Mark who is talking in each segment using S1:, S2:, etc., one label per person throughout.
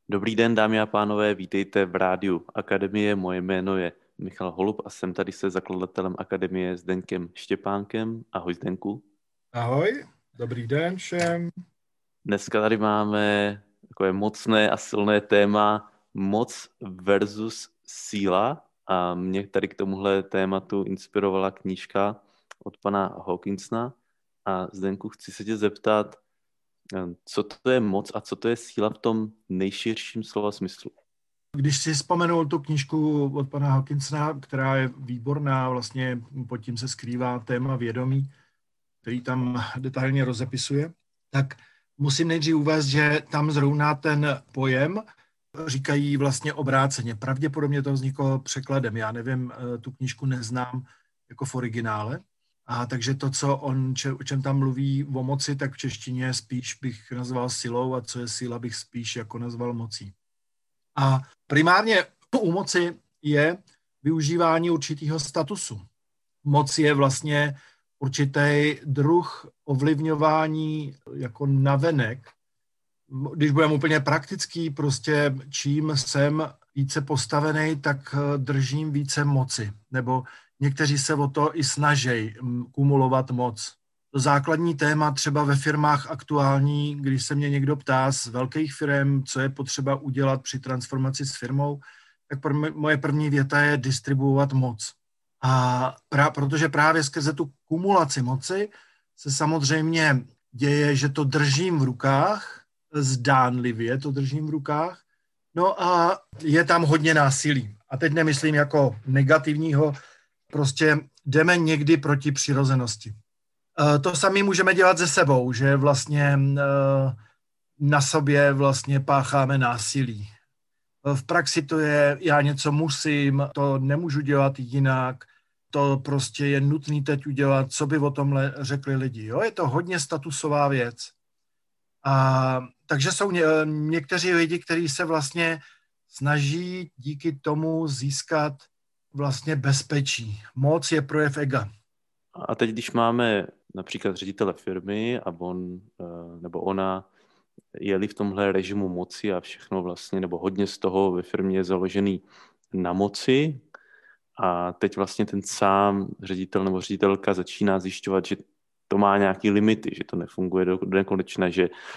S1: Dobrý den, dámy a pánové, vítejte v rádiu Akademie. Moje jméno je Michal Holub a jsem tady se zakladatelem Akademie Zdeňkem Štěpánkem. Ahoj Zdenku.
S2: Ahoj, dobrý den všem.
S1: Dneska tady máme takové mocné a silné téma moc versus síla a mě tady k tomuhle tématu inspirovala knížka od pana Hawkinsona. A Zdenku, chci se tě zeptat, co to je moc a co to je síla v tom nejširším slova smyslu?
S2: Když si vzpomenul tu knížku od pana Hawkinsona, která je výborná, vlastně pod tím se skrývá téma vědomí, který tam detailně rozepisuje, tak musím nejdřív uvést, že tam zrovna ten pojem říkají vlastně obráceně. Pravděpodobně to vzniklo překladem. Já nevím, tu knížku neznám jako v originále. A takže to, o čem tam mluví o moci, tak v češtině spíš bych nazval silou a co je síla, bych spíš jako nazval mocí. A primárně u moci je využívání určitého statusu. Moc je vlastně určitý druh ovlivňování jako navenek. Když budeme úplně praktický, prostě čím jsem více postavený, tak držím více moci. Nebo někteří se o to i snaží kumulovat moc. To základní téma třeba ve firmách aktuální, když se mě někdo ptá z velkých firm, co je potřeba udělat při transformaci s firmou, tak moje první věta je distribuovat moc. A protože právě skrze tu kumulaci moci se samozřejmě děje, že to držím v rukách, zdánlivě to držím v rukách, no a je tam hodně násilí. A teď nemyslím jako negativního, prostě jdeme někdy proti přirozenosti. To sami můžeme dělat se sebou, že vlastně na sobě vlastně pácháme násilí. V praxi to je, já něco musím, to nemůžu dělat jinak, to prostě je nutný teď udělat, co by o tomhle řekli lidi. Jo? Je to hodně statusová věc. Takže jsou někteří lidi, kteří se vlastně snaží díky tomu získat vlastně bezpečí. Moc je projev ega.
S1: A teď, když máme například ředitele firmy a on nebo ona jeli v tomhle režimu moci a všechno vlastně, nebo hodně z toho ve firmě je založený na moci a teď vlastně ten sám ředitel nebo ředitelka začíná zjišťovat, že to má nějaký limity, že to nefunguje do nekonečna,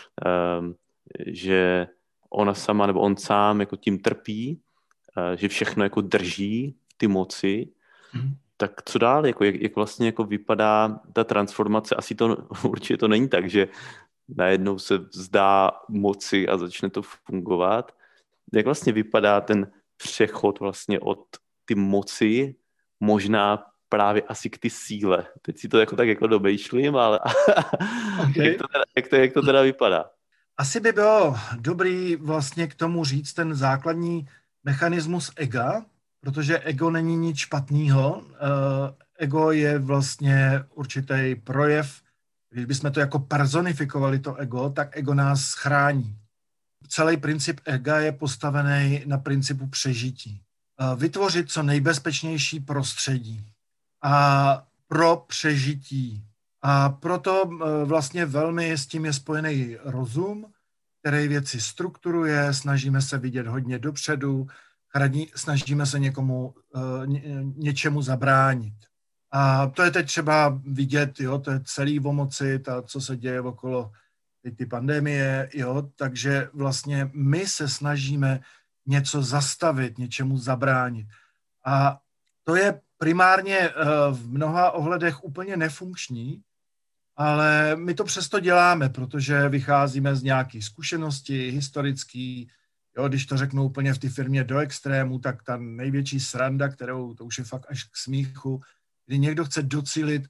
S1: že ona sama nebo on sám jako tím trpí, že všechno jako drží ty moci. Tak co dál? Jak vlastně jako vypadá ta transformace? Asi to určitě to není tak, že najednou se vzdá moci a začne to fungovat. Jak vlastně vypadá ten přechod vlastně od ty moci, možná právě asi k ty síle? Teď si to jako tak jako domýšlím, ale
S2: Okay.
S1: jak to teda vypadá?
S2: Asi by bylo dobrý vlastně k tomu říct ten základní mechanismus ega, protože ego není nic špatného. Ego je vlastně určitý projev. Když bychom to jako personifikovali, to ego, tak ego nás chrání. Celý princip ega je postavený na principu přežití. Vytvořit co nejbezpečnější prostředí a pro přežití. A proto vlastně velmi s tím je spojený rozum, který věci strukturuje, snažíme se vidět hodně dopředu, snažíme se něčemu zabránit. A to je teď třeba vidět, jo, to je celý o moci, co se děje okolo ty pandemie, jo, takže vlastně my se snažíme něco zastavit, něčemu zabránit. A to je primárně v mnoha ohledech úplně nefunkční, ale my to přesto děláme, protože vycházíme z nějaké zkušenosti historické. Jo, když to řeknu úplně v té firmě do extrému, tak ta největší sranda, kterou to už je fakt až k smíchu, kdy někdo chce docílit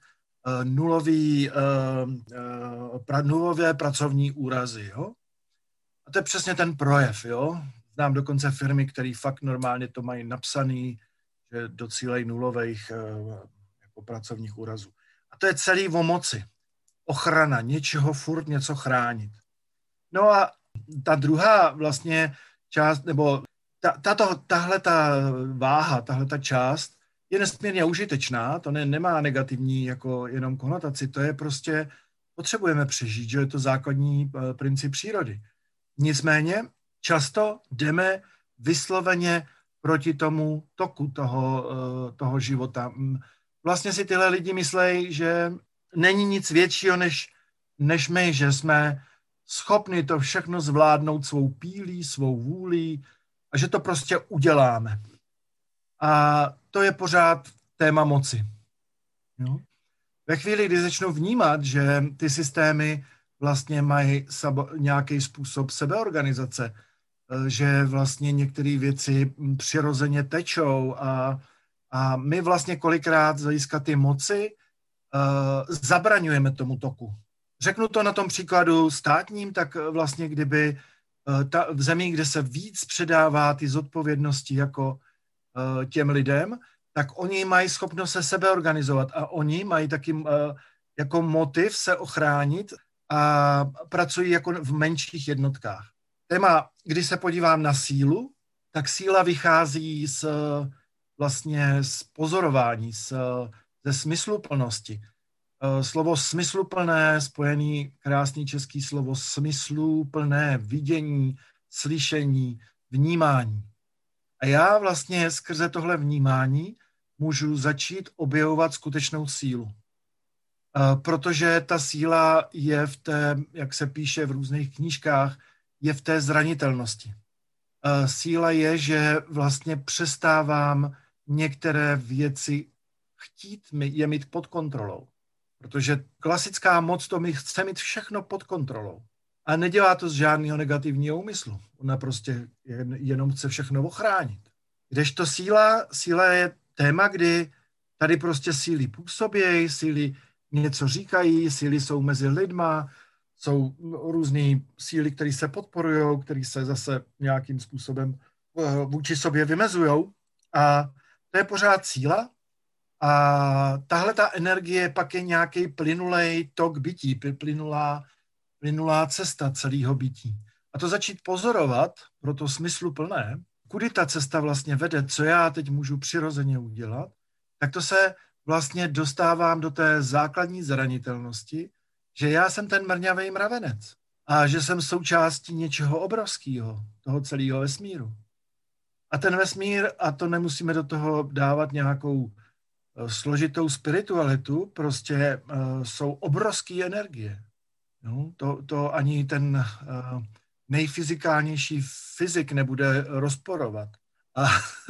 S2: nulové pracovní úrazy. Jo? A to je přesně ten projev. Jo? Znám dokonce firmy, které fakt normálně to mají napsaný, že docílejí nulových jako pracovních úrazů. A to je celý o moci. Ochrana, něčeho furt něco chránit. No a ta druhá vlastně část, nebo tahle ta váha, tahle ta část je nesmírně užitečná, to nemá negativní jako jenom konotaci, to je prostě, potřebujeme přežít, že je to základní princip přírody. Nicméně často jdeme vysloveně proti tomu toku toho života. Vlastně si tyhle lidi myslejí, že není nic většího než my, že jsme schopni to všechno zvládnout svou pílí, svou vůlí a že to prostě uděláme. A to je pořád téma moci. Jo? Ve chvíli, kdy začnou vnímat, že ty systémy vlastně mají nějaký způsob sebeorganizace, že vlastně některé věci přirozeně tečou a my vlastně kolikrát z hlediska ty moci zabraňujeme tomu toku. Řeknu to na tom příkladu státním, tak vlastně kdyby v zemi, kde se víc předává ty zodpovědnosti jako těm lidem, tak oni mají schopnost se sebeorganizovat a oni mají taky jako motiv se ochránit a pracují jako v menších jednotkách. Téma, když se podívám na sílu, tak síla vychází z pozorování, ze smysluplnosti. Slovo smysluplné, spojený krásný český slovo smysluplné, vidění, slyšení, vnímání. A já vlastně skrze tohle vnímání můžu začít objevovat skutečnou sílu. Protože ta síla je v té, jak se píše v různých knížkách, je v té zranitelnosti. Síla je, že vlastně přestávám některé věci chtít je mít pod kontrolou. Protože klasická moc to mi chce mít všechno pod kontrolou. A nedělá to z žádného negativního úmyslu. Ona prostě jenom chce všechno ochránit. Kdežto síla je téma, kdy tady prostě síly působí, síly něco říkají, síly jsou mezi lidma, jsou různé síly, které se podporují, které se zase nějakým způsobem vůči sobě vymezují. A to je pořád síla. A tahle ta energie pak je nějaký plynulej tok bytí, plynulá cesta celého bytí. A to začít pozorovat, proto smysluplné, kudy ta cesta vlastně vede, co já teď můžu přirozeně udělat, tak to se vlastně dostávám do té základní zranitelnosti, že já jsem ten mrňavej mravenec a že jsem součástí něčeho obrovského, toho celého vesmíru. A ten vesmír, a to nemusíme do toho dávat nějakou složitou spiritualitu, prostě jsou obrovské energie. No, to ani ten nejfyzikálnější fyzik nebude rozporovat. A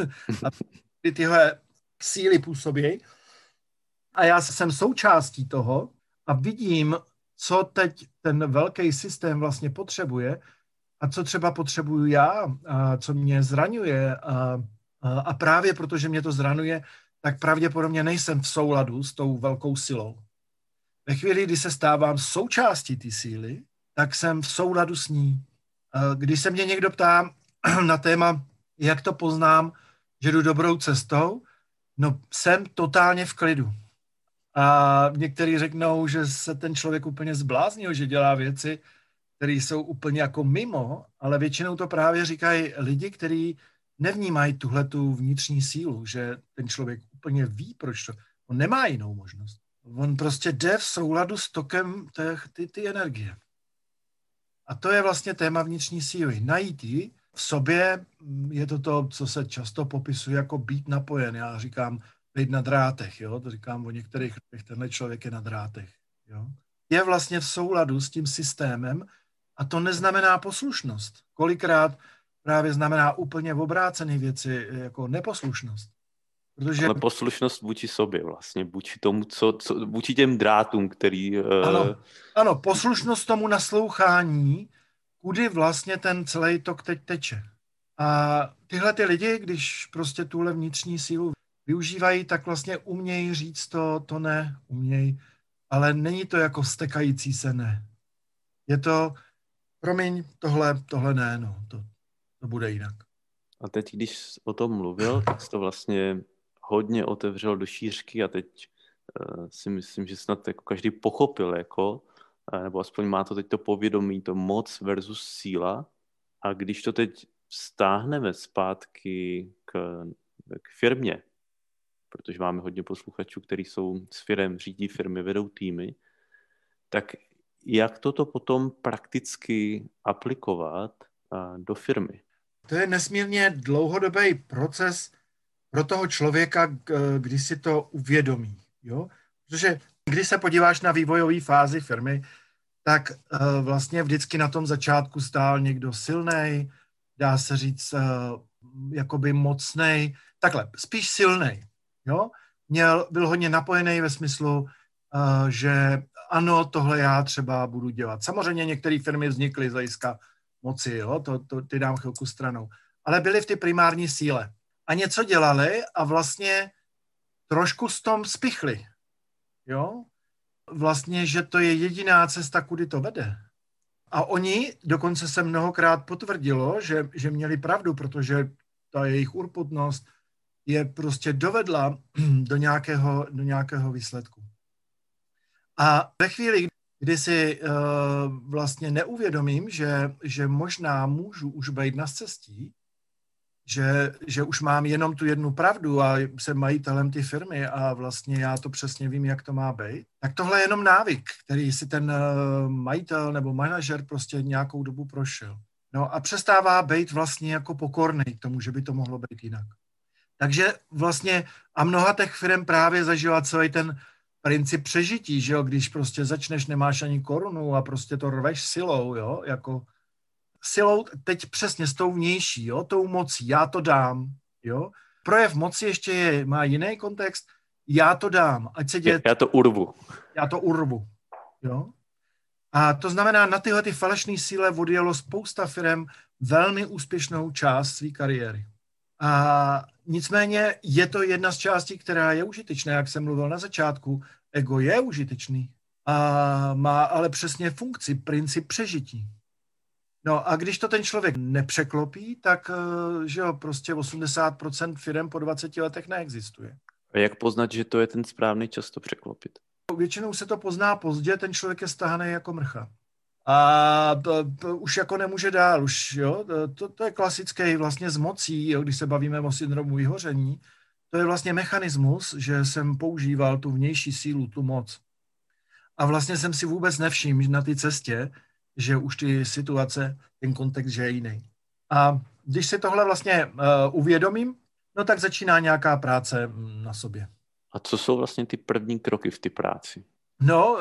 S2: tyhle síly působí. A já jsem součástí toho a vidím, co teď ten velký systém vlastně potřebuje a co třeba potřebuju já a co mě zraňuje. A právě protože mě to zraňuje, tak pravděpodobně nejsem v souladu s tou velkou silou. Ve chvíli, kdy se stávám součástí té síly, tak jsem v souladu s ní. Když se mě někdo ptá na téma, jak to poznám, že jdu dobrou cestou, no jsem totálně v klidu. A někteří řeknou, že se ten člověk úplně zbláznil, že dělá věci, které jsou úplně jako mimo, ale většinou to právě říkají lidi, kteří nevnímají tuhletu vnitřní sílu, že ten člověk úplně ví, proč to. On nemá jinou možnost. On prostě jde v souladu s tokem ty energie. A to je vlastně téma vnitřní síly. Najít ji v sobě, je to, co se často popisuje jako být napojen. Já říkám být na drátech, jo? To říkám o některých lidech, tenhle člověk je na drátech. Jo? Je vlastně v souladu s tím systémem a to neznamená poslušnost. Kolikrát právě znamená úplně obrácené věci, jako neposlušnost.
S1: Protože... Ale poslušnost vůči sobě vlastně, vůči tomu, vůči těm drátům, který...
S2: Ano, poslušnost tomu naslouchání, kudy vlastně ten celý tok teď teče. A tyhle ty lidi, když prostě tuhle vnitřní sílu využívají, tak vlastně umějí říct to ne, umějí, ale není to jako stekající se ne. Je to, promiň, tohle ne, no, to bude jinak.
S1: A teď, když o tom mluvil, tak jsi to vlastně hodně otevřel do šířky a teď si myslím, že snad jako každý pochopil, jako, nebo aspoň má to teď to povědomí, to moc versus síla. A když to teď stáhneme zpátky k firmě, protože máme hodně posluchačů, kteří jsou s firem, řídí firmy, vedou týmy, tak jak toto potom prakticky aplikovat do firmy?
S2: To je nesmírně dlouhodobý proces pro toho člověka, když si to uvědomí. Jo? Protože když se podíváš na vývojové fázi firmy, tak vlastně vždycky na tom začátku stál někdo silnej, dá se říct jakoby mocnej, takhle, spíš silnej. Jo? Byl hodně napojený ve smyslu, že ano, tohle já třeba budu dělat. Samozřejmě některé firmy vznikly z hlediska moci, jo? To ty dám chvilku stranou. Ale byly v ty primární síle. A něco dělali a vlastně trošku s tom spichli. Jo? Vlastně, že to je jediná cesta, kudy to vede. A oni, dokonce se mnohokrát potvrdilo, že měli pravdu, protože ta jejich urputnost je prostě dovedla do nějakého výsledku. A ve chvíli, kdy si vlastně neuvědomím, že možná můžu už být na cestí, že už mám jenom tu jednu pravdu a jsem majitelem ty firmy a vlastně já to přesně vím, jak to má být, tak tohle je jenom návyk, který si ten majitel nebo manažer prostě nějakou dobu prošel. No a přestává být vlastně jako pokorný k tomu, že by to mohlo být jinak. Takže vlastně a mnoha těch firm právě zažila celý ten princip přežití, že jo, když prostě začneš, nemáš ani korunu a prostě to rveš silou, jo, jako silou teď přesně s tou vnější, jo, tou mocí, já to dám, jo. Projev moci ještě má jiný kontext, já to dám, ať se děje.
S1: Já to urvu.
S2: Já to urvu, jo. A to znamená, na tyhle ty falešné síle odjelo spousta firem velmi úspěšnou část své kariéry. A nicméně je to jedna z částí, která je užitečná, jak jsem mluvil na začátku. Ego je užitečný a má ale přesně funkci, princip přežití. No a když to ten člověk nepřeklopí, tak že jo, prostě 80% firem po 20 letech neexistuje.
S1: A jak poznat, že to je ten správný čas to překlopit?
S2: Většinou se to pozná pozdě, ten člověk je stahaný jako mrcha. A už jako nemůže dál, už, jo, to je klasický vlastně z mocí, jo, když se bavíme o syndromu vyhoření, to je vlastně mechanismus, že jsem používal tu vnější sílu, tu moc. A vlastně jsem si vůbec nevšiml na té cestě, že už ty situace, ten kontext, že je jiný. A když si tohle vlastně uvědomím, no tak začíná nějaká práce na sobě.
S1: A co jsou vlastně ty první kroky v té práci?
S2: No,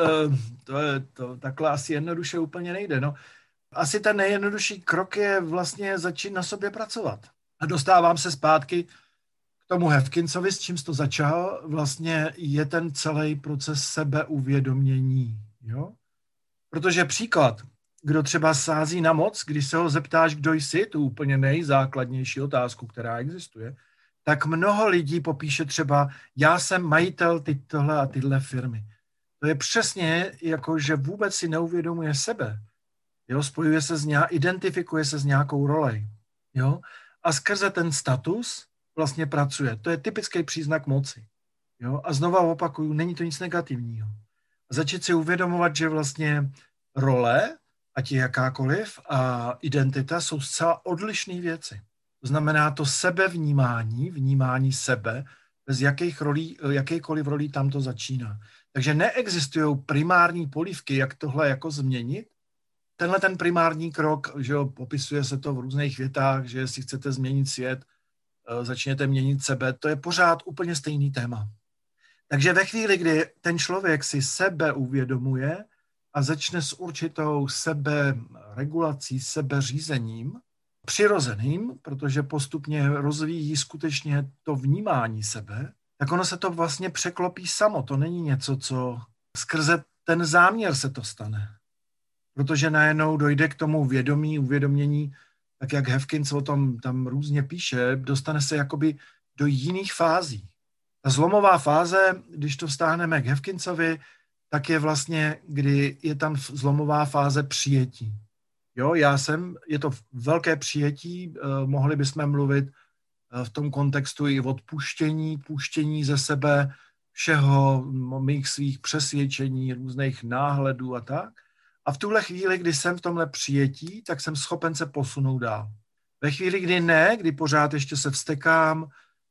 S2: to takhle asi jednoduše úplně nejde. No. Asi ten nejjednodušší krok je vlastně začít na sobě pracovat. A dostávám se zpátky k tomu Hefkinsovi, s čím jsi to začal, vlastně je ten celý proces sebeuvědomění. Jo? Protože příklad, kdo třeba sází na moc, když se ho zeptáš, kdo jsi, tu úplně nejzákladnější otázku, která existuje, tak mnoho lidí popíše třeba, já jsem majitel tohle a tyhle firmy. To je přesně jako, že vůbec si neuvědomuje sebe. Jo? Spojuje se identifikuje se s nějakou rolí. Jo? A skrze ten status vlastně pracuje. To je typický příznak moci. Jo? A znova opakuju, není to nic negativního. A začít si uvědomovat, že vlastně role, ať je jakákoliv, a identita jsou zcela odlišné věci. To znamená to sebevnímání, vnímání sebe, bez jakýkoliv rolí tam to začíná. Takže neexistují primární polívky, jak tohle jako změnit. Tenhle ten primární krok, že jo, popisuje se to v různých větách, že jestli chcete změnit svět, začněte měnit sebe, to je pořád úplně stejný téma. Takže ve chvíli, kdy ten člověk si sebe uvědomuje a začne s určitou seberegulací, sebeřízením, přirozeným, protože postupně rozvíjí skutečně to vnímání sebe, tak ono se to vlastně překlopí samo. To není něco, co skrze ten záměr se to stane. Protože najednou dojde k tomu uvědomění, tak jak Hefkins o tom tam různě píše, dostane se jakoby do jiných fází. Ta zlomová fáze, když to vztáhneme k Hefkinsovi, tak je vlastně, kdy je tam zlomová fáze přijetí. Jo, je to velké přijetí, mohli bychom mluvit v tom kontextu i odpuštění, puštění ze sebe, všeho, mých svých přesvědčení, různých náhledů a tak. A v tuhle chvíli, kdy jsem v tomhle přijetí, tak jsem schopen se posunout dál. Ve chvíli, kdy ne, kdy pořád ještě se vztekám,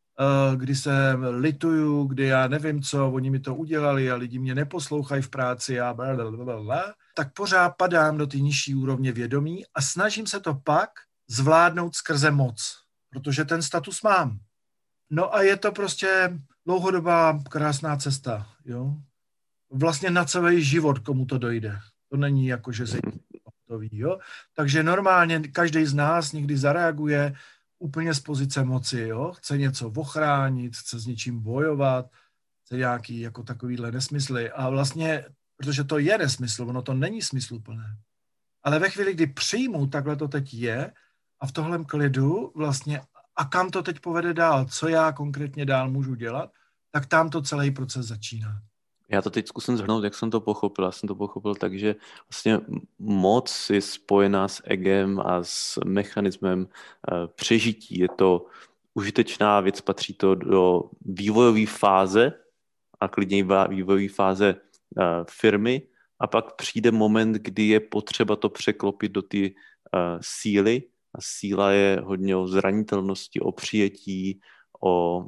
S2: kdy se lituju, kdy já nevím co, oni mi to udělali a lidi mě neposlouchají v práci a blablabla, tak pořád padám do té nižší úrovně vědomí a snažím se to pak zvládnout skrze moc, protože ten status mám. No a je to prostě dlouhodobá krásná cesta, jo. Vlastně na celý život, komu to dojde. To není jako, že se to ví, jo. Takže normálně každý z nás někdy zareaguje úplně z pozice moci, jo. Chce něco ochránit, chce s něčím bojovat, chce nějaký jako takovýhle nesmysly. A vlastně, protože to je nesmysl, ono to není smysluplné. Ale ve chvíli, kdy přijmu, takhle to teď je, a v tohlem klidu vlastně, a kam to teď povede dál, co já konkrétně dál můžu dělat, tak tam to celý proces začíná.
S1: Já to teď zkusím shrnout, jak jsem to pochopil. Já jsem to pochopil tak, že vlastně moc je spojená s egem a s mechanismem přežití. Je to užitečná věc, patří to do vývojové fáze a klidně i vývojové fáze firmy, a pak přijde moment, kdy je potřeba to překlopit do ty síly. A síla je hodně o zranitelnosti, o přijetí, o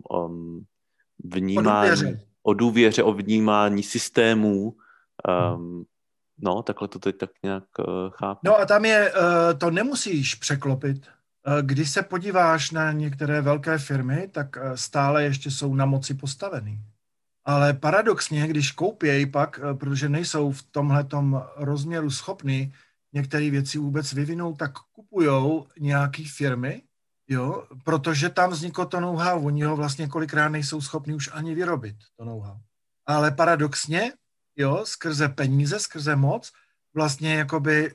S1: vnímání, o důvěře, o vnímání systémů. No, takhle to teď tak nějak chápu.
S2: No a tam je, to nemusíš překlopit. Když se podíváš na některé velké firmy, tak stále ještě jsou na moci postavený. Ale paradoxně, když koupějí pak, protože nejsou v tomhletom rozměru schopni některé věci vůbec vyvinout, tak kupujou nějaký firmy, jo, protože tam vzniklo to know-how. Oni ho vlastně kolikrát nejsou schopni už ani vyrobit, to know-how. Ale paradoxně, jo, skrze peníze, skrze moc, vlastně jakoby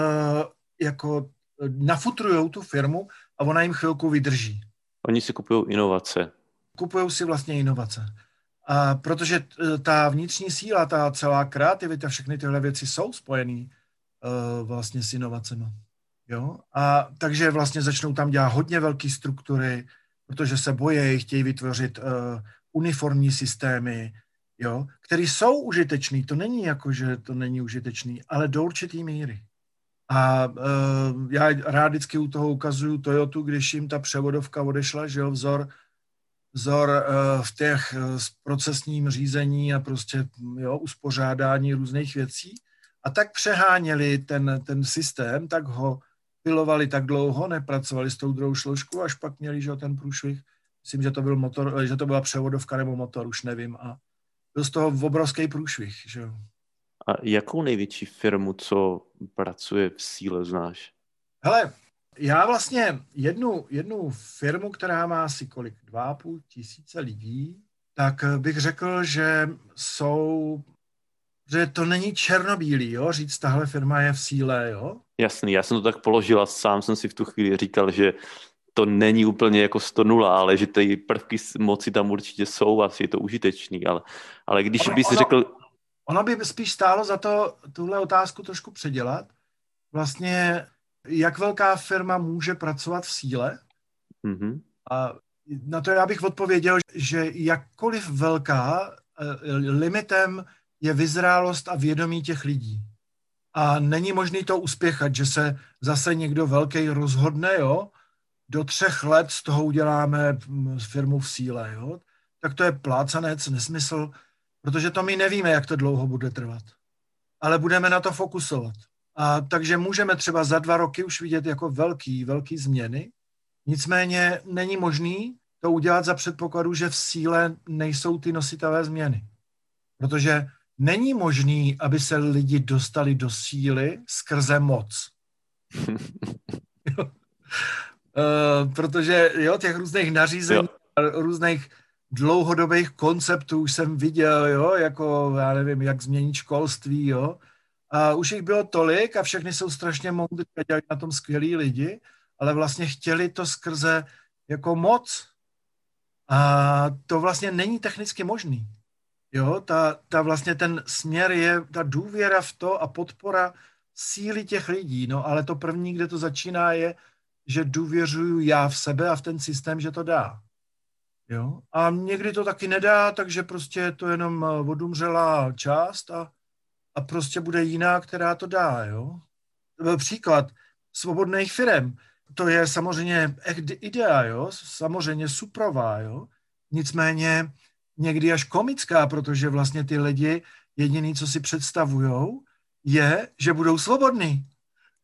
S2: jako nafutrujou tu firmu a ona jim chvilku vydrží.
S1: Oni si kupují inovace.
S2: Kupujou si vlastně inovace. A protože ta vnitřní síla, ta celá kreativita, všechny tyhle věci jsou spojený vlastně s inovacemi. Jo? A takže vlastně začnou tam dělat hodně velké struktury, protože se bojí, chtějí vytvořit uniformní systémy, jo? Které jsou užitečný. To není jako, že to není užitečný, ale do určitý míry. A já rád vždycky u toho ukazuju Toyotu, když jim ta převodovka odešla, že jo, vzor v těch procesním řízení a prostě jo, uspořádání různých věcí. A tak přeháněli ten systém, tak ho pilovali tak dlouho, nepracovali s tou druhou složkou, až pak měli, že ten průšvih. Myslím, že to byl motor, že to byla převodovka nebo motor, už nevím. A byl z toho obrovský průšvih. Že jo.
S1: A jakou největší firmu, co pracuje v síle, znáš?
S2: Hele, já vlastně jednu firmu, která má asi 2,5 tisíce lidí, tak bych řekl, že to není černobílý, jo, říct, tahle firma je v síle, jo.
S1: Jasný, já jsem to tak položil a sám jsem si v tu chvíli říkal, že to není úplně jako 100-0, ale že ty prvky moci tam určitě jsou, asi je to užitečný, ale když bys řekl...
S2: Ono by spíš stálo za to tuhle otázku trošku předělat. Vlastně, jak velká firma může pracovat v síle?
S1: Mm-hmm.
S2: A na to já bych odpověděl, že jakkoliv velká, limitem je vyzrálost a vědomí těch lidí. A není možný to uspěchat, že se zase někdo velký rozhodne, jo, do 3 let z toho uděláme firmu v síle, jo. Tak to je plácanec, nesmysl, protože to my nevíme, jak to dlouho bude trvat. Ale budeme na to fokusovat. A takže můžeme třeba za 2 roky už vidět jako velký změny. Nicméně není možný to udělat za předpokladu, že v síle nejsou ty nositelé změny. Protože není možný, aby se lidi dostali do síly skrze moc. Protože jo, těch různých nařízení, různých dlouhodobých konceptů už jsem viděl, jo, jako já nevím, jak změnit školství, jo. A už jich bylo tolik a všechny jsou strašně moudrý a dělají na tom skvělí lidi, ale vlastně chtěli to skrze jako moc. A to vlastně není technicky možný. Jo, ta vlastně ten směr je ta důvěra v to a podpora síly těch lidí. No ale to první, kde to začíná, je, že důvěřuju já v sebe a v ten systém, že to dá. Jo? A někdy to taky nedá, takže prostě je to jenom odumřelá část a prostě bude jiná, která to dá. Jo? To byl příklad svobodných firem. To je samozřejmě idea, jo? Samozřejmě suprová, jo? Nicméně někdy až komická, protože vlastně ty lidi jediný, co si představujou, je, že budou svobodní.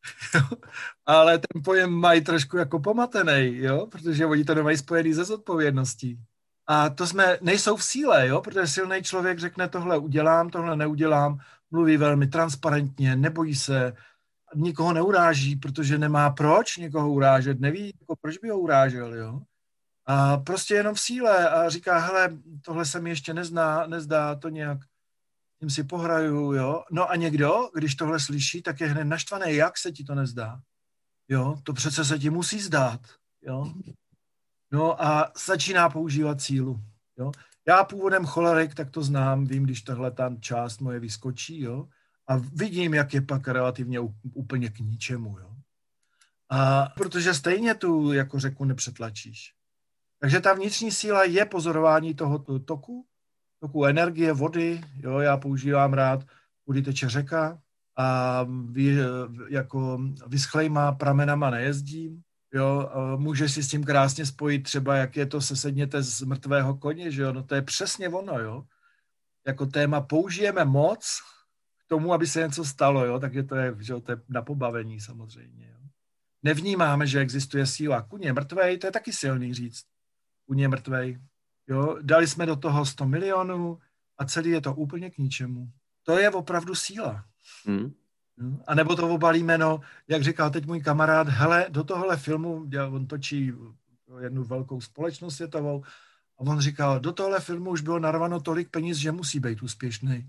S2: Ale ten pojem mají trošku jako pomatený, jo, protože oni to nemají spojený se zodpovědností. A to nejsou v síle, jo, protože silný člověk řekne tohle udělám, tohle neudělám, mluví velmi transparentně, nebojí se, nikoho neuráží, protože nemá proč někoho urážet, neví, jako proč by ho urážel, jo. A prostě jenom v síle a říká, hele, tohle se mi ještě nezdá to nějak, tím si pohraju, jo. No a někdo, když tohle slyší, tak je hned naštvaný, jak se ti to nezdá. Jo, to přece se ti musí zdát, jo. No a začíná používat sílu, jo. Já původem cholerik, tak to znám, vím, když tahle ta část moje vyskočí, jo. A vidím, jak je pak relativně úplně k ničemu, jo. A protože stejně tu jako řeku nepřetlačíš. Takže ta vnitřní síla je pozorování toho toku energie, vody, jo, já používám rád, kudy teče řeka a jako vyschlejma pramenama nejezdím, jo, můžeš si s tím krásně spojit třeba, jak je to sesedněte z mrtvého koně, že jo, no to je přesně ono, jo, jako téma použijeme moc k tomu, aby se něco stalo, jo, takže že to je na pobavení samozřejmě, jo. Nevnímáme, že existuje síla. Kuň je mrtvej, to je taky silný říct. Kuň je mrtvej. Jo, dali jsme do toho 100 milionů a celý je to úplně k ničemu. To je opravdu síla. A nebo to obalíme, no, jak říkal teď můj kamarád, hele, do tohohle filmu, on točí jednu velkou společnost světovou, a on říkal, do tohohle filmu už bylo narváno tolik peněz, že musí být úspěšný.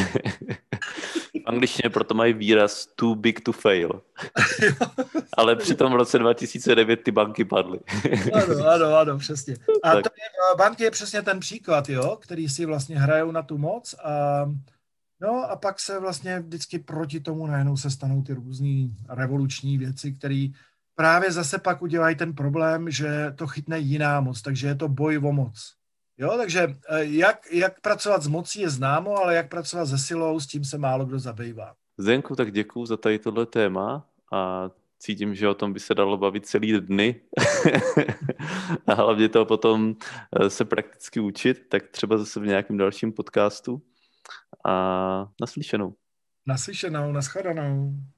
S1: V angličtině proto mají výraz too big to fail. Ale přitom v roce 2009 ty banky padly.
S2: Ano, přesně. A banky je přesně ten příklad, jo, který si vlastně hrajou na tu moc a pak se vlastně vždycky proti tomu najednou se stanou ty různý revoluční věci, které právě zase pak udělají ten problém, že to chytne jiná moc, takže je to boj o moc. Jo, takže jak pracovat s mocí je známo, ale jak pracovat se silou, s tím se málo kdo zabývá.
S1: Zdenku, tak děkuju za tady tohle téma a cítím, že o tom by se dalo bavit celý dny a hlavně to potom se prakticky učit, tak třeba zase v nějakém dalším podcastu a naslyšenou.
S2: Naslyšenou, nashledanou.